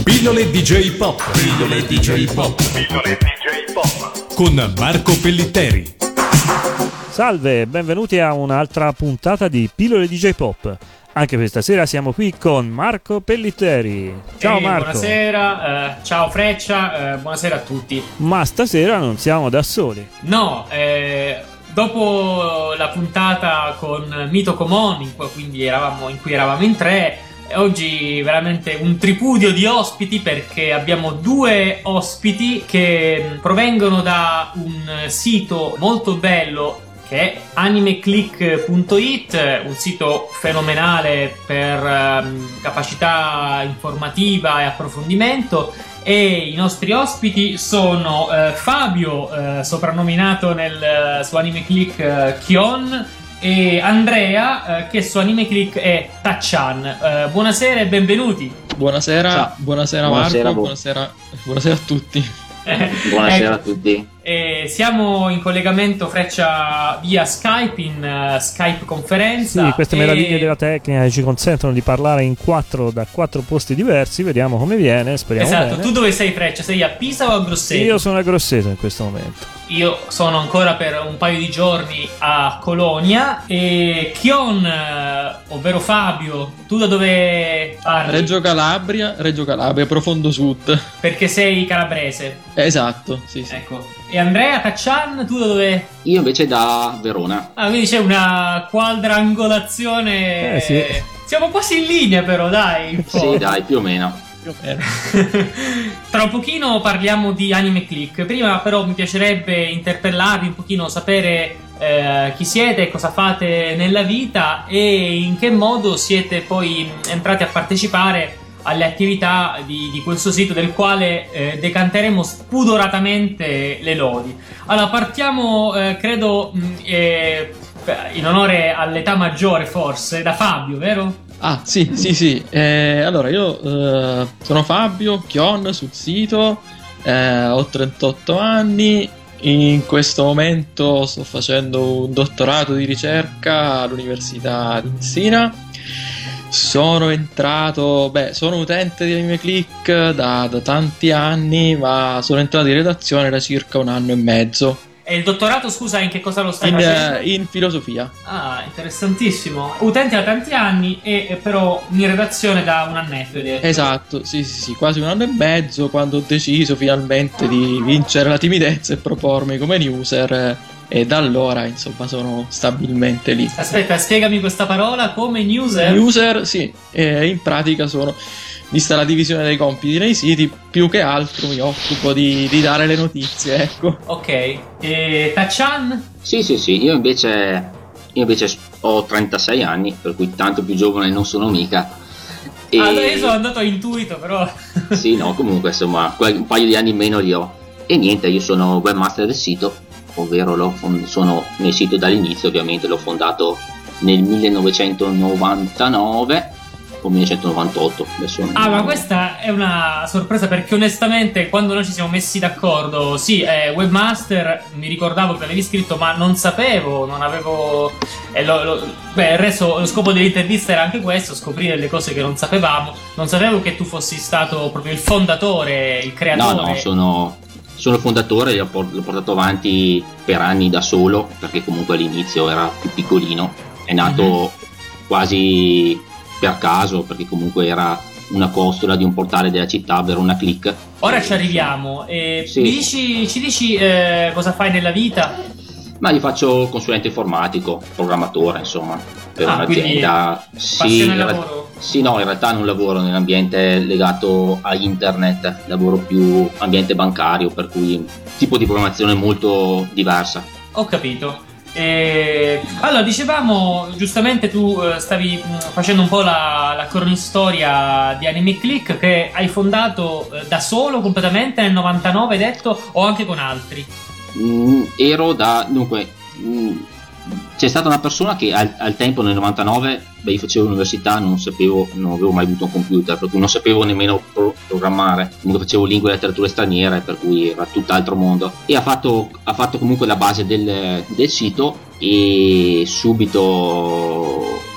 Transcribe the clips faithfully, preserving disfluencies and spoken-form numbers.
Pillole D J Pop. Pillole D J Pop. Pillole D J Pop. Con Marco Pellitteri. Salve, benvenuti a un'altra puntata di Pillole D J Pop. Anche questa sera siamo qui con Marco Pellitteri. Ciao Ehi, Marco. Buonasera, eh, ciao Freccia, eh, buonasera a tutti. Ma stasera non siamo da soli. No, eh, dopo la puntata con Mito Comon, in cui, quindi eravamo, in cui eravamo in tre, oggi veramente un tripudio di ospiti, perché abbiamo due ospiti che provengono da un sito molto bello che è animeclick punto it, un sito fenomenale per um, capacità informativa e approfondimento. E i nostri ospiti sono uh, Fabio, uh, soprannominato nel, uh, su AnimeClick uh, Kion, e Andrea, uh, che su AnimeClick è Tachan. Uh, buonasera e benvenuti. Buonasera, Ciao. buonasera, Buonasera Marco, a buonasera, buonasera a tutti. Buonasera Ecco. a tutti. E siamo in collegamento Freccia via Skype, in uh, Skype conferenza. Sì, queste e... meraviglie della tecnica che ci consentono di parlare in quattro da quattro posti diversi. Vediamo come viene, speriamo Esatto, bene. tu dove sei Freccia? Sei a Pisa o a Grosseto? Io sono a Grosseto in questo momento. Io sono ancora per un paio di giorni a Colonia. E Kion, eh, ovvero Fabio, tu da dove parli? Reggio Calabria, Reggio Calabria, profondo sud. Perché sei calabrese. Esatto, sì, sì. Ecco. E Andrea Taccian, tu da dove? Io invece da Verona. Ah, quindi c'è una quadrangolazione. Eh, sì. Siamo quasi in linea, però, dai. Un po'. Sì, dai, più o meno. Più o meno. Tra un pochino parliamo di AnimeClick. Prima, però, mi piacerebbe interpellarvi un pochino, sapere eh, chi siete, cosa fate nella vita e in che modo siete poi entrati a partecipare alle attività di, di questo sito, del quale eh, decanteremo spudoratamente le lodi. Allora, partiamo, eh, credo, mh, eh, in onore all'età maggiore, forse, da Fabio, vero? Ah, sì, sì, sì. Eh, allora, io eh, sono Fabio, Kion sul sito, eh, ho trentotto anni, in questo momento sto facendo un dottorato di ricerca all'Università di Messina. Sono entrato, beh, sono utente di AnimeClick da, da tanti anni, ma sono entrato in redazione da circa un anno e mezzo. E il dottorato, scusa, in che cosa lo stai In, facendo? eh, in filosofia. Ah, interessantissimo. Utente da tanti anni e, e però in redazione da un annetto. hai detto. Esatto, sì, sì, sì, quasi un anno e mezzo, quando ho deciso finalmente di vincere la timidezza e propormi come newser, eh, e da allora, insomma, sono stabilmente lì. Aspetta, spiegami questa parola, come newser? User, sì, e in pratica sono, vista la divisione dei compiti nei siti, più che altro mi occupo di, di dare le notizie, ecco. Ok. E Tachan? Sì, sì, sì, io invece, io invece ho trentasei anni, per cui tanto più giovane non sono mica. E... Allora io sono andato a intuito, però. Sì, no, comunque, insomma, un paio di anni in meno li ho. E niente, io sono webmaster del sito, ovvero l'ho fond- sono nel sito dall'inizio, ovviamente l'ho fondato nel millenovecentonovantanove o millenovecentonovantotto. Adesso Ah, ma questa è una sorpresa, perché onestamente quando noi ci siamo messi d'accordo, sì, è webmaster, mi ricordavo che l'avevi scritto, ma non sapevo, non avevo... E lo, lo, beh, il resto, lo scopo dell'intervista era anche questo, scoprire le cose che non sapevamo. Non sapevo che tu fossi stato proprio il fondatore, il creatore. No, no, sono... Sono il fondatore, l'ho portato avanti per anni da solo, perché comunque all'inizio era più piccolino, è nato mm-hmm. quasi per caso, perché comunque era una costola di un portale della città, Verona Click. Ora e, ci arriviamo, e sì. mi dici, ci dici eh, cosa fai nella vita? Ma io faccio consulente informatico, programmatore, insomma, per ah, un'azienda. Sì, passione in lavoro? Sì, no, in realtà non lavoro nell'ambiente legato a internet, lavoro più ambiente bancario, per cui tipo di programmazione molto diversa. Ho capito. E... Allora, dicevamo, giustamente tu eh, stavi mh, facendo un po' la, la cronistoria di AnimeClick, che hai fondato eh, da solo completamente nel novantanove, hai detto, o anche con altri? Mm, ero da... dunque... Mm, c'è stata una persona che al, al tempo nel novantanove, beh, io facevo l'università, non sapevo, non avevo mai avuto un computer, per cui non sapevo nemmeno pro- programmare, comunque facevo lingue e letterature straniere, per cui era tutt'altro mondo, e ha fatto, ha fatto comunque la base del, del sito, e subito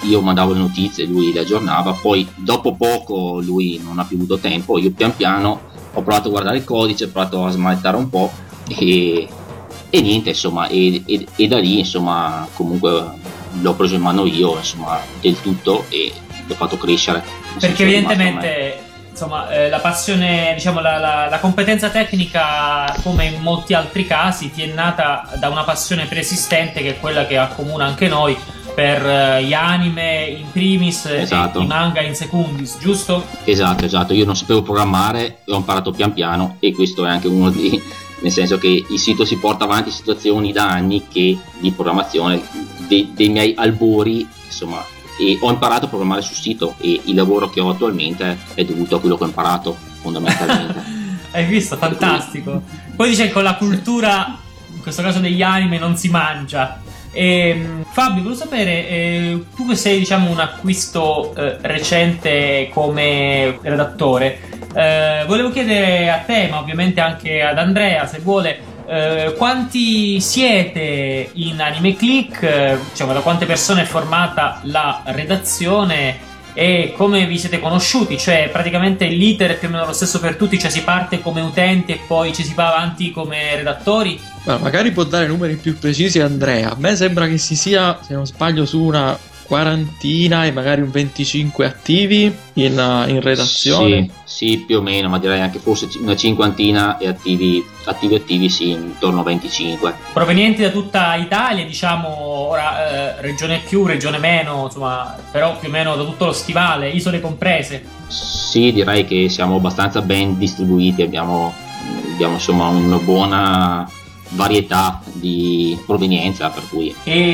io mandavo le notizie, lui le aggiornava, poi dopo poco lui non ha più avuto tempo, io pian piano ho provato a guardare il codice, ho provato a smanettare un po' e, e niente, insomma, e, e, e da lì insomma comunque l'ho preso in mano io, insomma, del tutto, e l'ho fatto crescere. Perché evidentemente insomma eh, la passione, diciamo la, la, la competenza tecnica, come in molti altri casi, ti è nata da una passione preesistente, che è quella che accomuna anche noi per uh, gli anime in primis, esatto, e i manga in secundis, giusto? Esatto, esatto, io non sapevo programmare e ho imparato pian piano, e questo è anche uno di, nel senso che il sito si porta avanti situazioni da anni che di programmazione, dei, dei miei albori, insomma, e ho imparato a programmare sul sito, e il lavoro che ho attualmente è dovuto a quello che ho imparato fondamentalmente. Hai visto? Fantastico. Poi dice che con la cultura, in questo caso degli anime, non si mangia. E, Fabio, volevo sapere, eh, tu che sei, diciamo, un acquisto eh, recente come redattore, eh, volevo chiedere a te, ma ovviamente anche ad Andrea, se vuole, eh, quanti siete in Anime Click, eh, diciamo, da quante persone è formata la redazione e come vi siete conosciuti, cioè praticamente l'iter è più o meno lo stesso per tutti, cioè si parte come utenti e poi ci si va avanti come redattori? Ma magari può dare numeri più precisi Andrea. A me sembra che si sia, se non sbaglio, su una quarantina e magari un venticinque attivi in, in redazione. Sì, sì, più o meno, ma direi anche forse una cinquantina, e attivi attivi attivi sì, intorno a venticinque. Provenienti da tutta Italia, diciamo, ora eh, regione più, regione meno, insomma, però più o meno da tutto lo stivale, isole comprese. Sì, direi che siamo abbastanza ben distribuiti, abbiamo, abbiamo insomma una buona varietà di provenienza, per cui.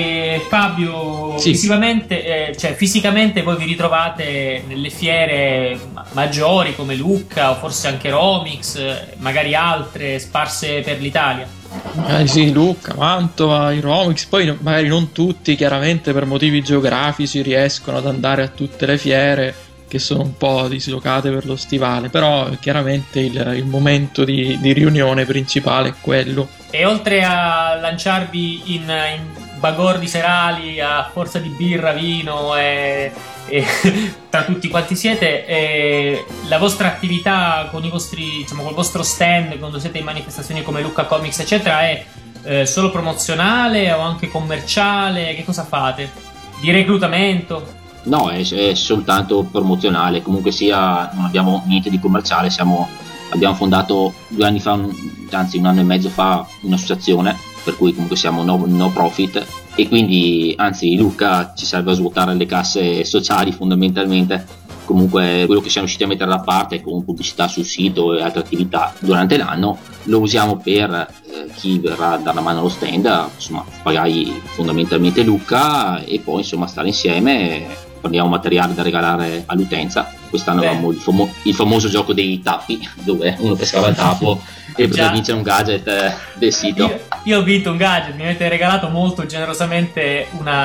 E Fabio, sì, visivamente, eh, cioè fisicamente voi vi ritrovate nelle fiere maggiori come Lucca o forse anche Romix, magari altre sparse per l'Italia? Eh sì, Lucca, Mantova, i Romix, poi magari non tutti, chiaramente per motivi geografici riescono ad andare a tutte le fiere, che sono un po' dislocate per lo stivale, però chiaramente il, il momento di, di riunione principale è quello. E oltre a lanciarvi in, in bagordi serali a forza di birra, vino e, e tra tutti quanti siete, e la vostra attività con i vostri, diciamo, col vostro stand quando siete in manifestazioni come Lucca Comics eccetera è eh, solo promozionale o anche commerciale? Che cosa fate? Di reclutamento? No, è, è soltanto promozionale, comunque sia non abbiamo niente di commerciale, siamo, abbiamo fondato due anni fa, anzi un anno e mezzo fa, un'associazione, per cui comunque siamo no, no profit, e quindi anzi Lucca ci serve a svuotare le casse sociali fondamentalmente. Comunque quello che siamo riusciti a mettere da parte con pubblicità sul sito e altre attività durante l'anno lo usiamo per eh, chi verrà a dare una mano allo stand, insomma pagare fondamentalmente Lucca e poi insomma stare insieme. Prendiamo materiale da regalare all'utenza. Quest'anno avevamo il, famo- il famoso gioco dei tappi, dove uno pescava il tappo e poteva vincere un gadget eh, del sito. Io, io ho vinto un gadget, mi avete regalato molto generosamente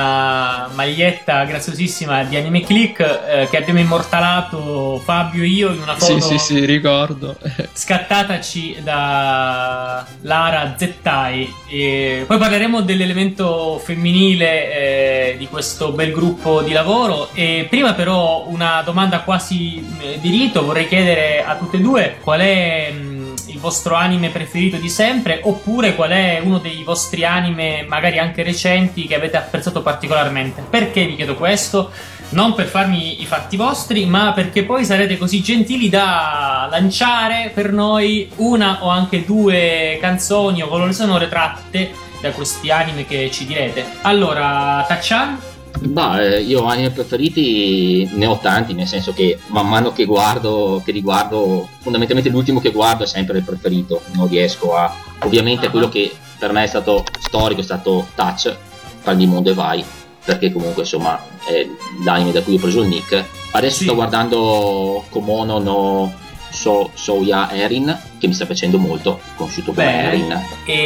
una maglietta graziosissima di Anime Click eh, che abbiamo immortalato Fabio e io in una foto. Sì, sì, sì, ricordo. Scattataci da Lara Zettai. E poi parleremo dell'elemento femminile eh, di questo bel gruppo di lavoro. E prima però una domanda quasi di rito, vorrei chiedere a tutte e due qual è mh, il vostro anime preferito di sempre, oppure qual è uno dei vostri anime magari anche recenti che avete apprezzato particolarmente. Perché vi chiedo questo? Non per farmi i fatti vostri, ma perché poi sarete così gentili da lanciare per noi una o anche due canzoni o colonne sonore tratte da questi anime che ci direte. Allora, Tachan? Bah, eh, io anime preferiti ne ho tanti, nel senso che man mano che guardo, che riguardo, fondamentalmente l'ultimo che guardo è sempre il preferito, non riesco a... Ovviamente uh-huh. Quello che per me è stato storico è stato Touch, Prendi Mondo e Vai, perché comunque insomma è l'anime da cui ho preso il nick. Adesso sì. Sto guardando Komono no so, Souya Erin, che mi sta piacendo molto, conosciuto come Beh, Erin.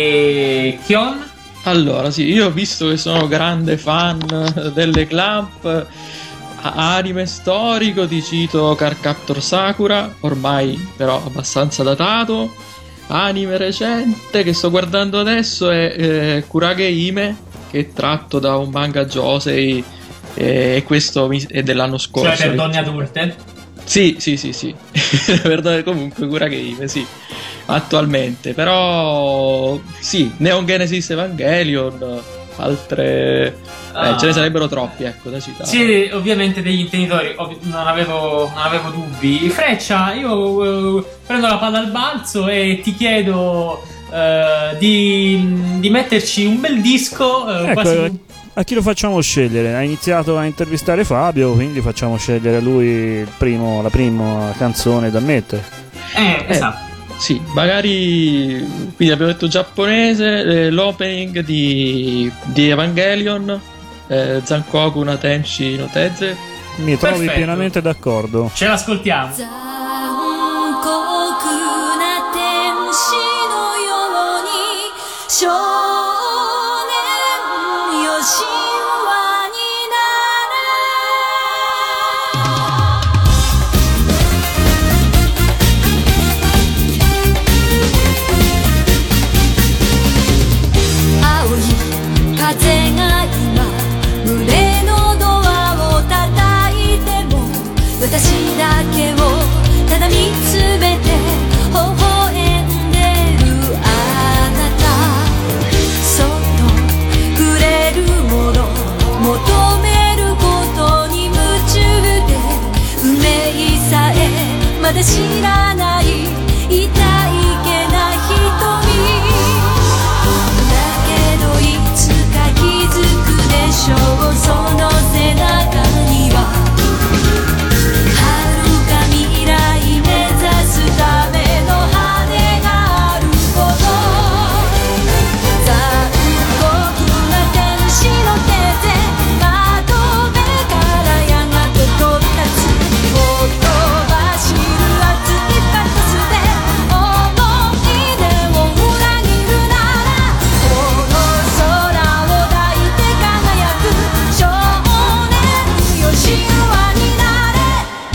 E Kion? Allora, sì, io ho visto che sono grande fan delle Clamp, anime storico, ti cito Cardcaptor Sakura, ormai però abbastanza datato. Anime recente che sto guardando adesso è eh, Kurage Hime, che è tratto da un manga Josei e questo mi- è dell'anno scorso. Cioè per donne adulte? Sì, sì, sì, sì. Per donne comunque Cura Game, sì. Attualmente, però sì, Neon Genesis Evangelion, altre Ah. eh, ce ne sarebbero troppi, ecco, da citare. Sì, ovviamente degli intenditori, ovvi- non, avevo, non avevo dubbi. Freccia, io eh, prendo la palla al balzo e ti chiedo eh, di, di metterci un bel disco. eh, Ecco, quasi... a chi lo facciamo scegliere? Ha iniziato a intervistare Fabio, quindi facciamo scegliere a lui il primo, la prima canzone da mettere. Eh, esatto. Sì, magari quindi abbiamo detto giapponese, eh, l'opening di, di Evangelion, eh, Zankoku no Tenshi no Teze. Mi trovi Perfetto. pienamente d'accordo. Ce l'ascoltiamo. 残酷な天使のように少年よ神話になれ青い風が今胸のドアを叩いても私だけをただ見つめて微笑んでるあなたそっとくれるもの求めることに夢中で運命さえまだ知らない痛いけな瞳だけどいつか気づくでしょうその背中には未来目指すための羽があること残酷な天使の手で窓辺からやがて飛び立つほとばしる熱いパトスで思い出を裏切るならこの空を抱いて輝く少年よ神話になれ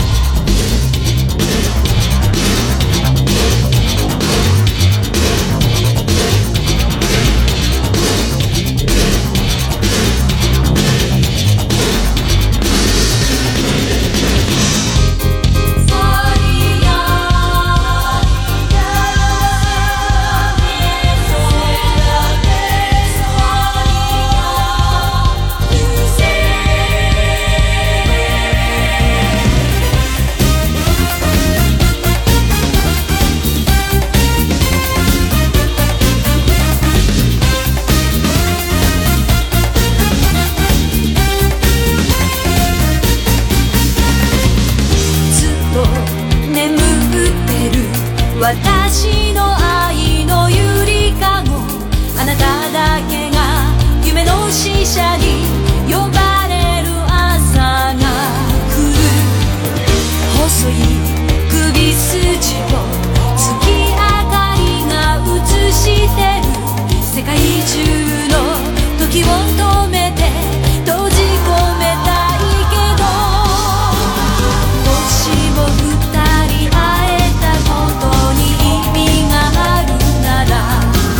ずっと眠ってる私の愛のゆりかごあなただけが夢の使者に呼ばれる朝が来る細い首筋を月明かりが映してる世界中の時を止めて閉じ込めたいけどもしも二人会えたことに意味があるなら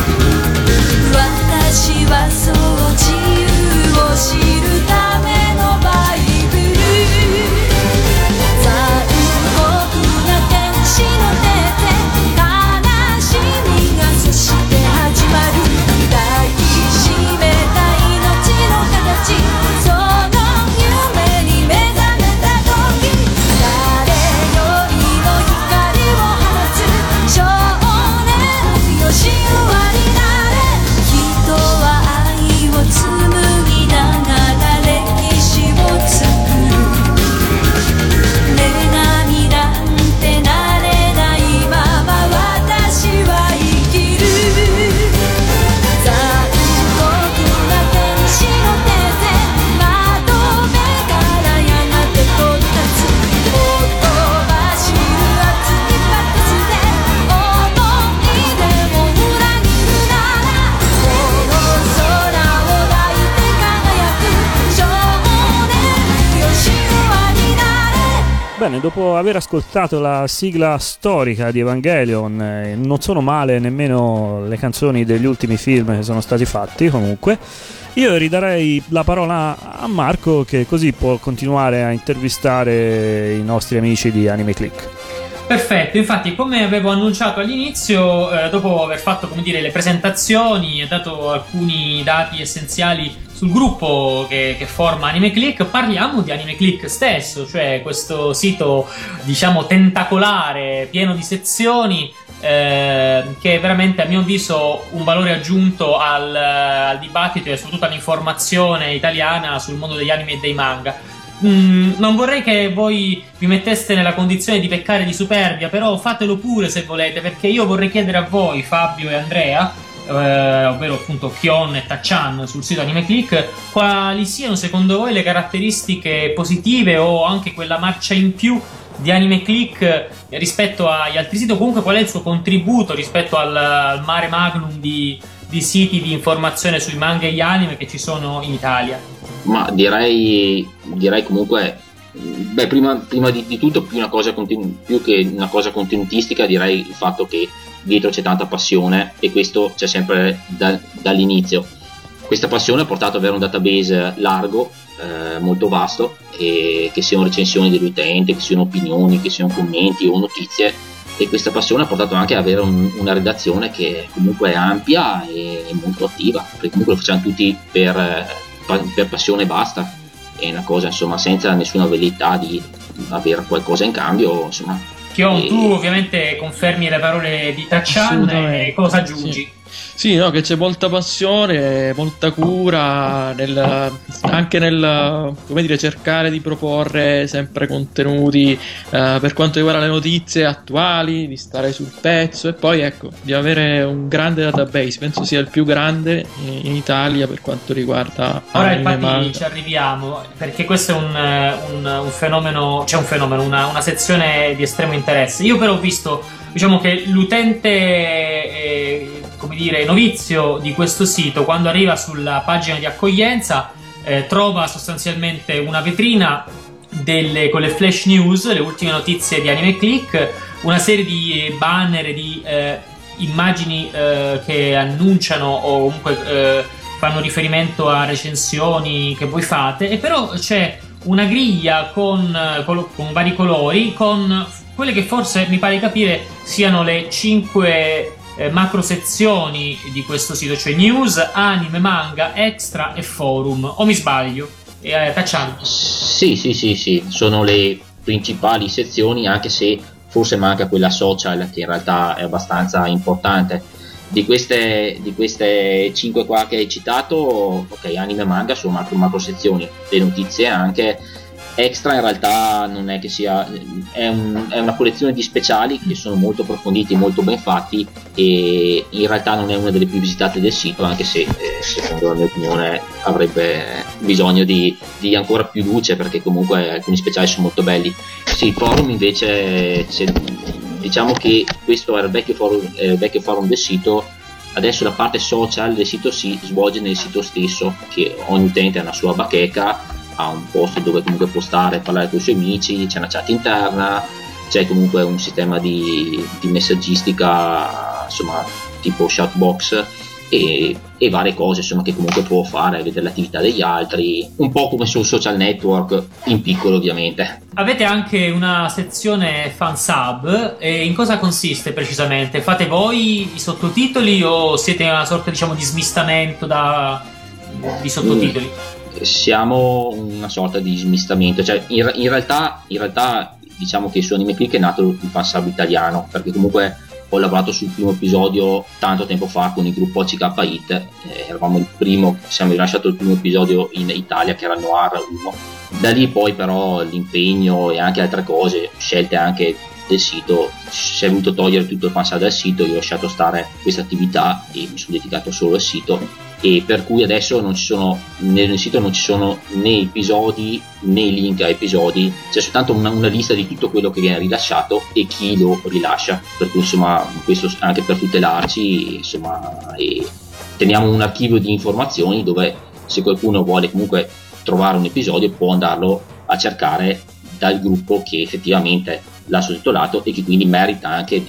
私はそう自由を知るためのバイブル残酷な天使の手で悲しみがそして始まる抱きしめた命の形その夢に目覚めた時誰よりも光を放つ少年よ神話になれ人は愛を紡ぎながら歴史を作る女神なんてなれないまま私は生きる残酷な天使の手で窓辺からやがて飛び立つほとばしる熱いパトスで思い出を裏切るならこの空を抱いて輝く少年よ神話になれ Bene, dopo aver ascoltato la sigla storica di Evangelion, eh, non sono male nemmeno le canzoni degli ultimi film che sono stati fatti comunque. Io ridarei la parola a Marco, che così può continuare a intervistare i nostri amici di Anime Click. Perfetto, infatti come avevo annunciato all'inizio, eh, dopo aver fatto, come dire, le presentazioni e dato alcuni dati essenziali sul gruppo che, che forma Anime Click, parliamo di Anime Click stesso, cioè questo sito, diciamo, tentacolare, pieno di sezioni, eh, che è veramente, a mio avviso, un valore aggiunto al, al dibattito e soprattutto all'informazione italiana sul mondo degli anime e dei manga. Mm, non vorrei che voi vi metteste nella condizione di peccare di superbia, però fatelo pure se volete, perché io vorrei chiedere a voi, Fabio e Andrea, eh, ovvero appunto Kion e Tachan sul sito Anime Click, quali siano secondo voi le caratteristiche positive o anche quella marcia in più di Anime Click rispetto agli altri siti, o comunque qual è il suo contributo rispetto al, al mare magnum di, di siti di informazione sui manga e gli anime che ci sono in Italia. Ma direi, direi comunque, beh, prima, prima di, di tutto, più, una cosa conten- più che una cosa contenutistica, direi il fatto che dietro c'è tanta passione, e questo c'è sempre da, dall'inizio. Questa passione ha portato ad avere un database largo, eh, molto vasto, e che siano recensioni dell'utente, che siano opinioni, che siano commenti o notizie, e questa passione ha portato anche ad avere un, una redazione che comunque è ampia e, e molto attiva, perché comunque lo facciamo tutti per... per passione e basta, è una cosa, insomma, senza nessuna velleità di avere qualcosa in cambio, insomma. Chion, e... tu ovviamente confermi le parole di Tachan, e cosa aggiungi? Sì. Sì, no, che c'è molta passione, molta cura nel, anche nel, come dire, cercare di proporre sempre contenuti eh, per quanto riguarda le notizie attuali, di stare sul pezzo, e poi ecco, di avere un grande database, penso sia il più grande in Italia per quanto riguarda ora anime, infatti manga. Ci arriviamo, perché questo è un, un, un fenomeno, c'è cioè un fenomeno, una, una sezione di estremo interesse. Io però ho visto, diciamo, che l'utente eh, come dire, novizio di questo sito, quando arriva sulla pagina di accoglienza, eh, trova sostanzialmente una vetrina delle, con le flash news, le ultime notizie di Anime Click, una serie di banner, di eh, immagini eh, che annunciano o comunque eh, fanno riferimento a recensioni che voi fate, e però c'è una griglia con, con, con vari colori, con quelle che forse mi pare capire siano le cinque Eh, macro sezioni di questo sito, cioè news, anime, manga, extra e forum. O mi sbaglio? Eh, Tachan? Sì, sì, sì, sì, sono le principali sezioni, anche se forse manca quella social, che in realtà è abbastanza importante. Di queste, di queste cinque qua che hai citato, ok, anime e manga sono macro, macro sezioni, le notizie anche. Extra in realtà non è che sia, è, un, è una collezione di speciali che sono molto approfonditi, molto ben fatti, e in realtà non è una delle più visitate del sito, anche se eh, secondo la mia opinione avrebbe bisogno di, di ancora più luce, perché comunque alcuni speciali sono molto belli. Sì, il forum invece, diciamo che questo era il vecchio forum, eh, il vecchio forum del sito. Adesso la parte social del sito si svolge nel sito stesso, che ogni utente ha una sua bacheca, ha un posto dove comunque postare, parlare con i suoi amici, c'è una chat interna, c'è comunque un sistema di, di messaggistica, insomma, tipo shoutbox, e, e varie cose, insomma, che comunque può fare, vedere l'attività degli altri, un po' come sul social network, in piccolo ovviamente. Avete anche una sezione fansub, e in cosa consiste precisamente? Fate voi i sottotitoli o siete una sorta, diciamo, di smistamento da, di sottotitoli? Mm. Siamo una sorta di smistamento, cioè in, in realtà in realtà diciamo che su Anime Click è nato il fansub italiano, perché comunque ho lavorato sul primo episodio tanto tempo fa con il gruppo A C K Hit, eh, eravamo il primo, siamo rilasciato il primo episodio in Italia, che era Noir uno. Da lì poi però l'impegno e anche altre cose, scelte anche del sito, si è voluto togliere tutto il fansub dal sito, io ho lasciato stare questa attività e mi sono dedicato solo al sito, e per cui adesso non ci sono, nel sito non ci sono né episodi né link a episodi, c'è soltanto una, una lista di tutto quello che viene rilasciato e chi lo rilascia, per cui insomma questo anche per tutelarci, insomma, e teniamo un archivio di informazioni dove se qualcuno vuole comunque trovare un episodio può andarlo a cercare dal gruppo che effettivamente l'ha sottotitolato e che quindi merita anche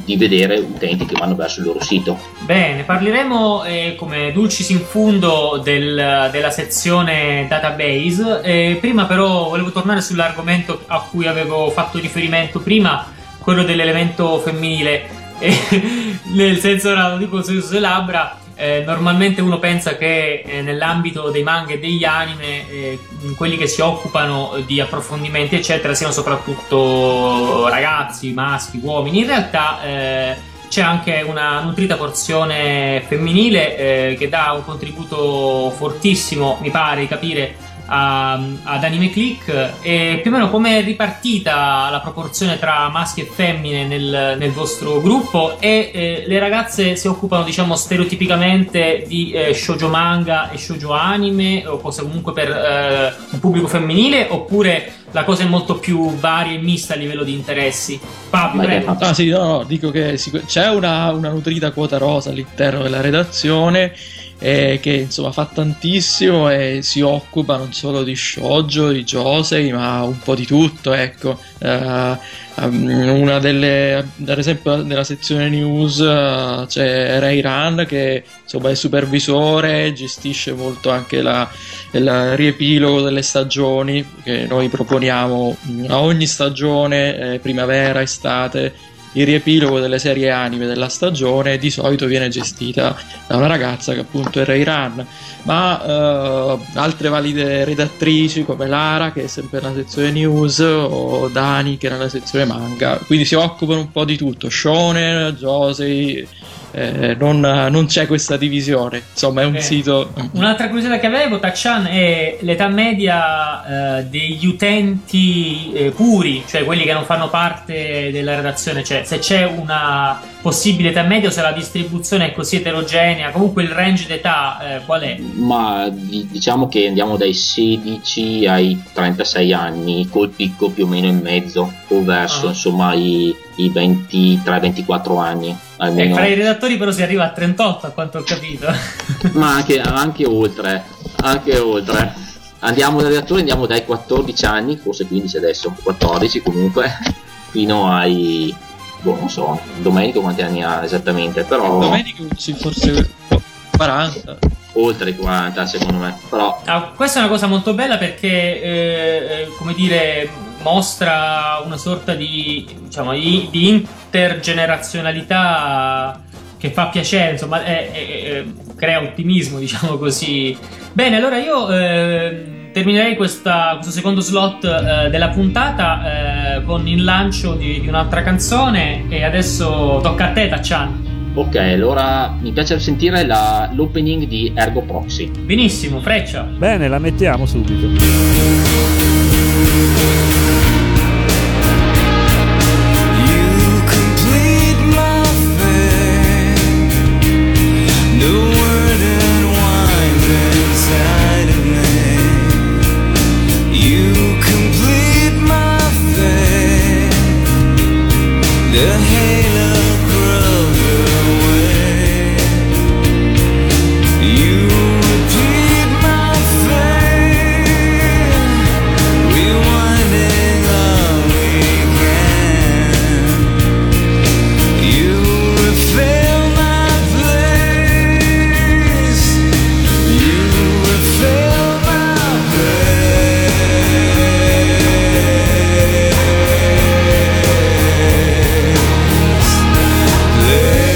di vedere utenti che vanno verso il loro sito. Bene, parleremo eh, come dulcis in fundo del, della sezione database. Eh, prima però volevo tornare sull'argomento a cui avevo fatto riferimento prima, quello dell'elemento femminile. Eh, nel senso, ora lo dico sulle labbra. Eh, normalmente uno pensa che eh, nell'ambito dei manga e degli anime eh, quelli che si occupano di approfondimenti eccetera siano soprattutto ragazzi, maschi, uomini. In realtà eh, c'è anche una nutrita porzione femminile eh, che dà un contributo fortissimo, mi pare di capire, a, ad Anime Click. E più o meno come è ripartita la proporzione tra maschi e femmine nel, nel vostro gruppo? E eh, le ragazze si occupano, diciamo, stereotipicamente di eh, shoujo manga e shoujo anime, o cose comunque per eh, un pubblico femminile, oppure la cosa è molto più varia e mista a livello di interessi? Fabio, prego. Ah sì, no, no, dico che sicur- c'è una, una nutrita quota rosa all'interno della redazione, eh, che insomma fa tantissimo e si occupa non solo di shoujo, di josei, ma un po' di tutto, ecco. Uh, una delle, ad esempio nella sezione news uh, c'è Ray Ran che insomma è supervisore, gestisce molto anche la, il riepilogo delle stagioni che noi proponiamo a ogni stagione, eh, primavera, estate. Il riepilogo delle serie anime della stagione di solito viene gestita da una ragazza che appunto è Ray Ran, ma eh, altre valide redattrici come Lara, che è sempre nella sezione news, o Dani, che è nella sezione manga, quindi si occupano un po' di tutto, shonen, josei. Eh, non, non c'è questa divisione, insomma è un eh, sito. Un'altra curiosità che avevo, Tachan, è l'età media eh, degli utenti eh, puri, cioè quelli che non fanno parte della redazione, cioè se c'è una possibile età media o se la distribuzione è così eterogenea, comunque il range d'età eh, qual è? Ma diciamo che andiamo dai sedici ai trentasei anni, col picco più o meno in mezzo, o verso ah. insomma i, i ventitré ventiquattro anni. E fra i redattori però si arriva a trentotto, a quanto ho capito. Ma anche, anche oltre, anche oltre. Andiamo dai redattori, andiamo dai quattordici anni, forse quindici adesso, quattordici comunque, fino ai, boh, non so, Domenico quanti anni ha esattamente, però... Domenico sì, forse quaranta. Oltre i quaranta secondo me, però... Ah, questa è una cosa molto bella perché, eh, come dire, mostra una sorta di, diciamo, di, di intergenerazionalità che fa piacere, insomma, è, è, è, crea ottimismo, diciamo così. Bene, allora io eh, terminerei questa, questo secondo slot eh, della puntata eh, con il lancio di, di un'altra canzone, e adesso tocca a te, Tachan. Ok, allora mi piace sentire la, l'opening di Ergo Proxy. Benissimo, Freccia. Bene, la mettiamo subito. Yeah.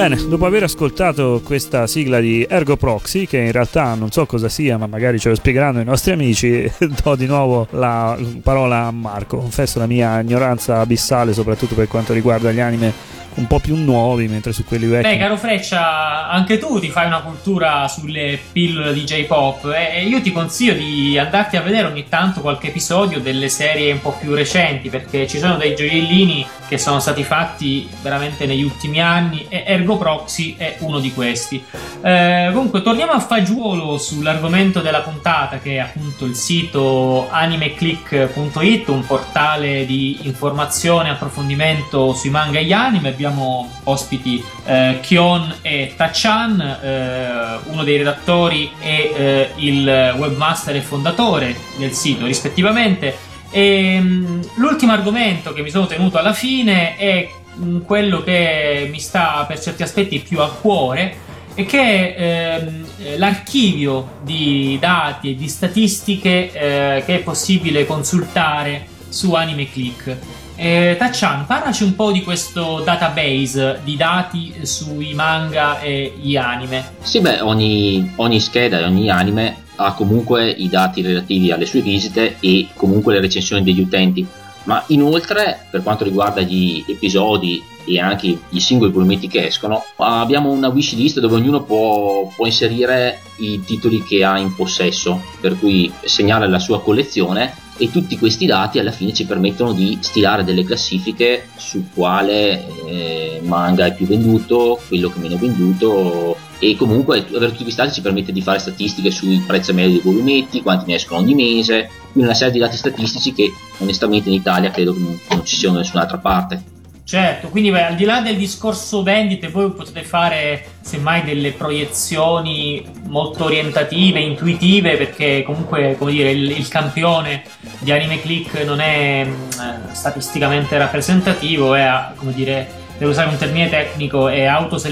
Bene, dopo aver ascoltato questa sigla di Ergo Proxy, che in realtà non so cosa sia, ma magari ce lo spiegheranno i nostri amici, do di nuovo la parola a Marco. Confesso la mia ignoranza abissale, soprattutto per quanto riguarda gli anime un po' più nuovi, mentre su quelli vecchi... Beh, caro Freccia, anche tu ti fai una cultura sulle pillole di J-pop e io ti consiglio di andarti a vedere ogni tanto qualche episodio delle serie un po' più recenti, perché ci sono dei gioiellini che sono stati fatti veramente negli ultimi anni e Ergo Proxy è uno di questi. Eh, comunque, torniamo a fagiolo sull'argomento della puntata, che è appunto il sito animeclick punto it, un portale di informazione e approfondimento sui manga e gli anime. Abbiamo ospiti eh, Kion e Tachan, eh, uno dei redattori e eh, il webmaster e fondatore del sito rispettivamente. E, mh, l'ultimo argomento che mi sono tenuto alla fine è mh, quello che mi sta per certi aspetti più a cuore, e che è ehm, l'archivio di dati e di statistiche eh, che è possibile consultare su AnimeClick. Eh, Tachan, parlaci un po' di questo database di dati sui manga e gli anime. Sì, beh, ogni, ogni scheda e ogni anime ha comunque i dati relativi alle sue visite e comunque le recensioni degli utenti, ma inoltre per quanto riguarda gli episodi e anche i singoli volumetti che escono, abbiamo una wishlist dove ognuno può, può inserire i titoli che ha in possesso, per cui segnare la sua collezione, e tutti questi dati alla fine ci permettono di stilare delle classifiche su quale eh, manga è più venduto, quello che meno è venduto, e comunque avere tutti questi dati ci permette di fare statistiche sui prezzi medio dei volumetti, quanti ne escono ogni mese, quindi una serie di dati statistici che onestamente in Italia credo che non, non ci siano da nessun'altra parte. Certo, quindi beh, al di là del discorso vendite, voi potete fare semmai delle proiezioni molto orientative, intuitive, perché comunque, come dire, il, il campione di AnimeClick non è eh, statisticamente rappresentativo, è, come dire, per usare un termine tecnico, è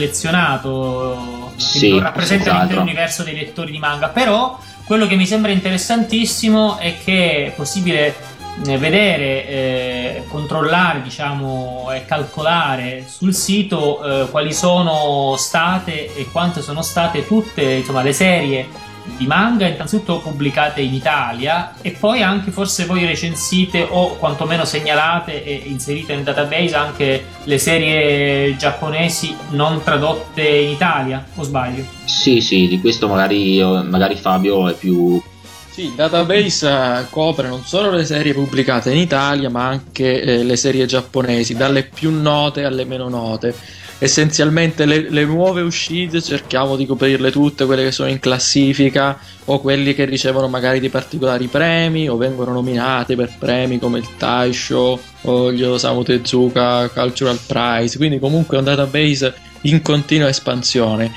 autoselezionato, sì, non rappresenta senz'altro l'intero universo dei lettori di manga. Però quello che mi sembra interessantissimo è che è possibile vedere, eh, controllare, diciamo, e calcolare sul sito eh, quali sono state e quante sono state tutte, insomma, le serie di manga innanzitutto pubblicate in Italia, e poi anche forse voi recensite o quantomeno segnalate e inserite nel database anche le serie giapponesi non tradotte in Italia, o sbaglio? Sì, sì, di questo magari, magari Fabio è più... Sì, il database copre non solo le serie pubblicate in Italia, ma anche eh, le serie giapponesi, dalle più note alle meno note. Essenzialmente le, le nuove uscite cerchiamo di coprirle tutte, quelle che sono in classifica o quelli che ricevono magari dei particolari premi o vengono nominati per premi come il Taisho o gli Osamu Tezuka Cultural Prize, quindi comunque è un database in continua espansione.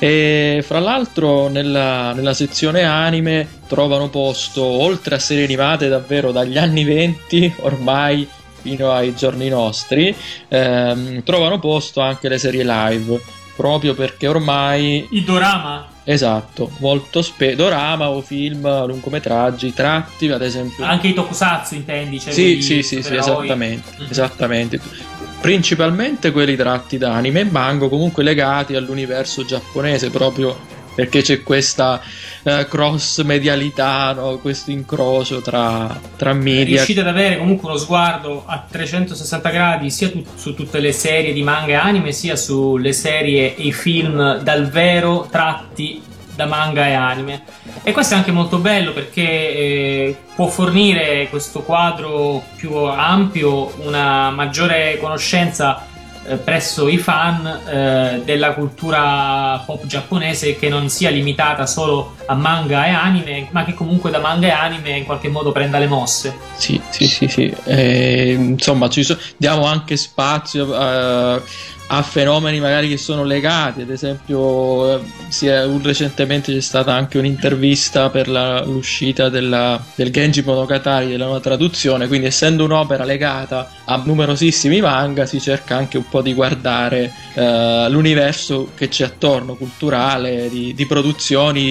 E fra l'altro nella, nella sezione anime trovano posto, oltre a serie animate davvero dagli anni venti ormai fino ai giorni nostri, ehm, trovano posto anche le serie live, proprio perché ormai i dorama, esatto, molto spesso dorama o film lungometraggi tratti, ad esempio anche i tokusatsu, intendi? Cioè sì, sì, sì, sì, esattamente, mm-hmm. esattamente, principalmente quelli tratti da anime e manga, comunque legati all'universo giapponese, proprio perché c'è questa uh, cross medialità, no? Questo incrocio tra, tra media. Riuscite ad avere comunque uno sguardo a trecentosessanta gradi sia tu- su tutte le serie di manga e anime, sia sulle serie e i film dal vero tratti da manga e anime. E questo è anche molto bello perché eh, può fornire questo quadro più ampio, una maggiore conoscenza eh, presso i fan eh, della cultura pop giapponese, che non sia limitata solo a manga e anime, ma che comunque da manga e anime in qualche modo prenda le mosse. Sì, sì, sì, sì. Eh, insomma, ci so- diamo anche spazio a, a fenomeni magari che sono legati, ad esempio si è, recentemente c'è stata anche un'intervista per la, l'uscita della, del Genji Monogatari, della nuova traduzione, quindi essendo un'opera legata a numerosissimi manga si cerca anche un po' di guardare eh, l'universo che c'è attorno, culturale, di, di produzioni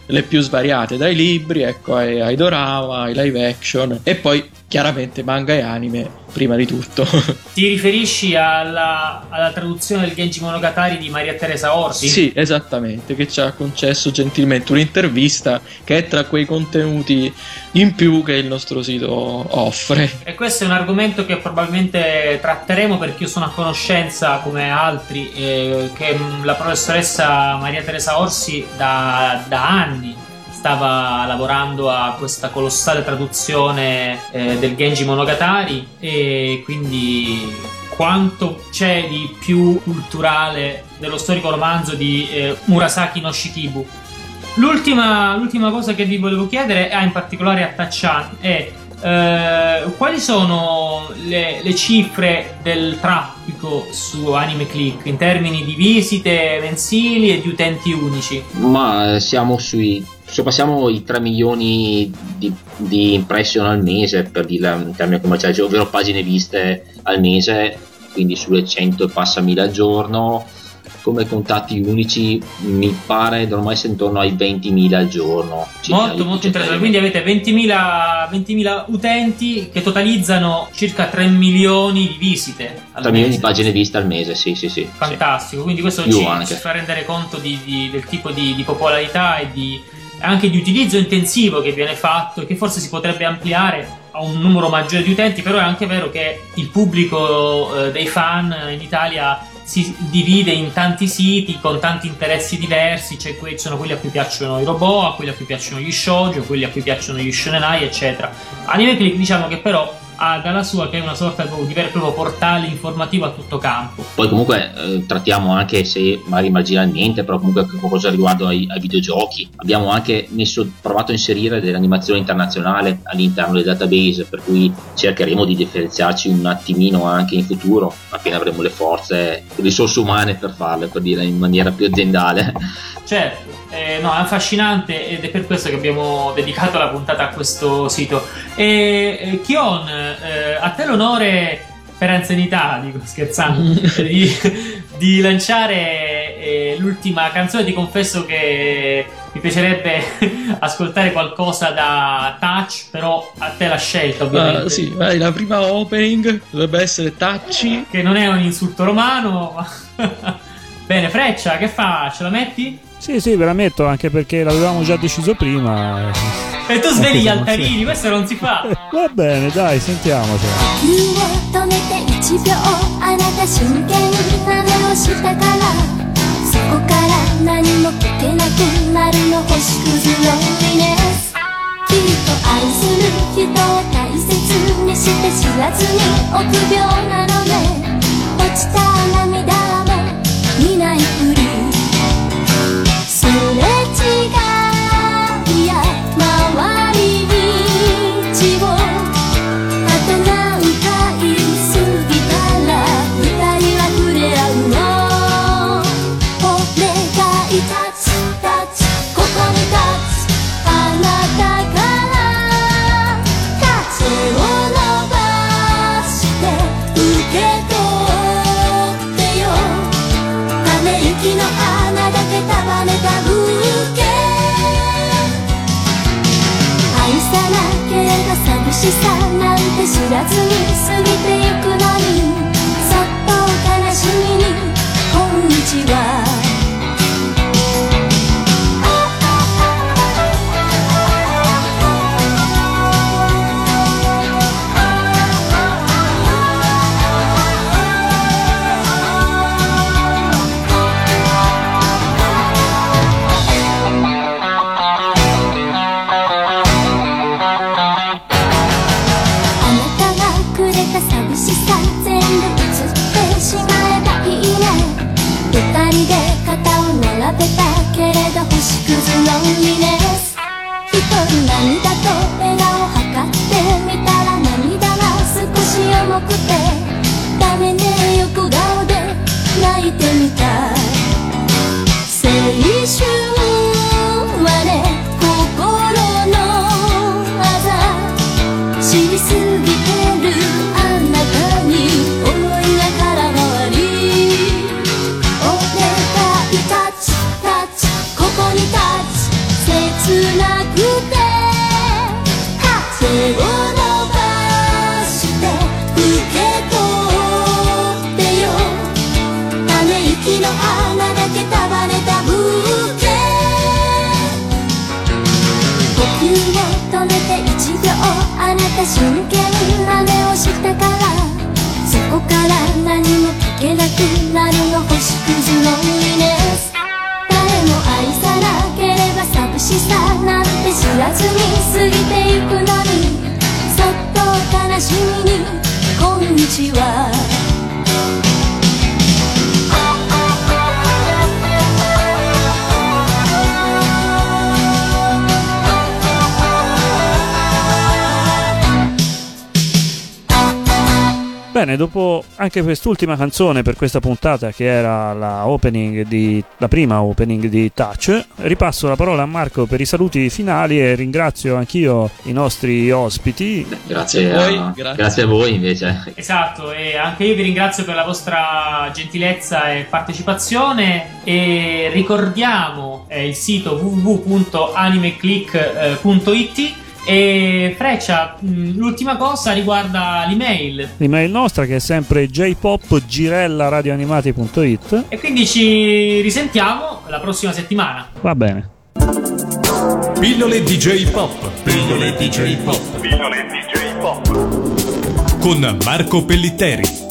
le più svariate, dai libri, ecco, ai, ai dorama, ai live action, e poi chiaramente manga e anime prima di tutto. Ti riferisci alla, alla traduzione del Genji Monogatari di Maria Teresa Orsi? Sì, esattamente, che ci ha concesso gentilmente un'intervista che è tra quei contenuti in più che il nostro sito offre. E questo è un argomento che probabilmente tratteremo, perché io sono a conoscenza, come altri, eh, che la professoressa Maria Teresa Orsi da, da anni stava lavorando a questa colossale traduzione eh, del Genji Monogatari, e quindi quanto c'è di più culturale dello storico romanzo di eh, Murasaki no Shikibu. L'ultima, l'ultima cosa che vi volevo chiedere, ah, in particolare a Tachan, è eh, quali sono le, le cifre del traffico su Anime Click in termini di visite mensili e di utenti unici? Ma siamo sui Sorpassiamo i tre milioni di, di impression al mese, per dirla in termini commerciali, ovvero pagine viste al mese, quindi sulle cento e passa mila al giorno. Come contatti unici mi pare dovremmo essere intorno ai ventimila al giorno. Molto molto interessante, quindi avete ventimila, ventimila utenti che totalizzano circa tre milioni di visite al tre milioni mese. di pagine viste al mese, sì sì sì. Fantastico, sì. Quindi questo Più ci, anche. ci fa rendere conto di, di, del tipo di, di popolarità e di, anche di utilizzo intensivo che viene fatto, e che forse si potrebbe ampliare a un numero maggiore di utenti. Però è anche vero che il pubblico eh, dei fan in Italia si divide in tanti siti con tanti interessi diversi. C'è que- sono quelli a cui piacciono i robot, a quelli a cui piacciono gli shoujo, quelli a cui piacciono gli shonenai, eccetera. Anime Click, diciamo che però ha dalla sua, che è una sorta di vero e proprio portale informativo a tutto campo. Poi comunque eh, trattiamo anche, se magari marginalmente, però comunque anche qualcosa riguardo ai, ai videogiochi. Abbiamo anche messo, provato a inserire dell'animazione internazionale all'interno del database, per cui cercheremo di differenziarci un attimino anche in futuro, appena avremo le forze, le risorse umane per farle, per dire in maniera più aziendale. Certo, eh, no, è affascinante, ed è per questo che abbiamo dedicato la puntata a questo sito. E eh, Kion, eh, a te l'onore, per anzianità, dico scherzando, di, di lanciare eh, l'ultima canzone. Ti confesso che mi piacerebbe ascoltare qualcosa da Touch, però a te la scelta, ovviamente. Uh, sì, vai, la prima opening dovrebbe essere Touchy, che non è un insulto romano, ma... Bene, Freccia, che fa? Ce la metti? Sì, sì, ve la metto, anche perché l'avevamo già deciso prima. E tu svegli gli altarini, questo non si fa. Va bene, dai, sentiamocela. 止めていちびょうあなた真剣な目をしたからそこから何も聞けなくなるの星屑のリネスきっと愛する人を大切にして知らずに臆病なのね落ちた涙も見ないふりすれ違いや回り道をあと何回過ぎたら二人は触れ合うのお願いタッチタッチここにタッチあなたから手を伸ばして受け取ってよため息の花だけ束ねたブーケ愛さなければ寂しさなんて知らずに過ぎてゆくのにそっと悲しみにこんにちは寂しさ全部移ってしまえばいいね二人で肩を並べたけれど星屑のリネス一人涙と笑顔測ってみたら涙が少し重くてダメね横顔で泣いてみた青春はね心のあざ知りすぎてるあなたに思いが空回りお願いタッチタッチここにタッチ切真剣な目をしたから、そこから何も聞けなくなるの星屑のイネス。誰も愛さなければ寂しさなんて知らずに過ぎていくのに、そっと悲しみにこんにちは。 Bene, dopo anche quest'ultima canzone per questa puntata, che era la opening di la prima opening di Touch, ripasso la parola a Marco per i saluti finali e ringrazio anch'io i nostri ospiti. Beh, grazie, a voi, a, grazie. grazie a voi invece. Esatto, e anche io vi ringrazio per la vostra gentilezza e partecipazione, e ricordiamo eh, il sito w w w punto animeclick punto i t. E Freccia, l'ultima cosa riguarda l'email. L'email nostra, che è sempre j pop girella radio animati punto i t. E quindi ci risentiamo la prossima settimana. Va bene. Pillole D J Pop. Pillole D J Pop. Pillole D J Pop. Con Marco Pellitteri.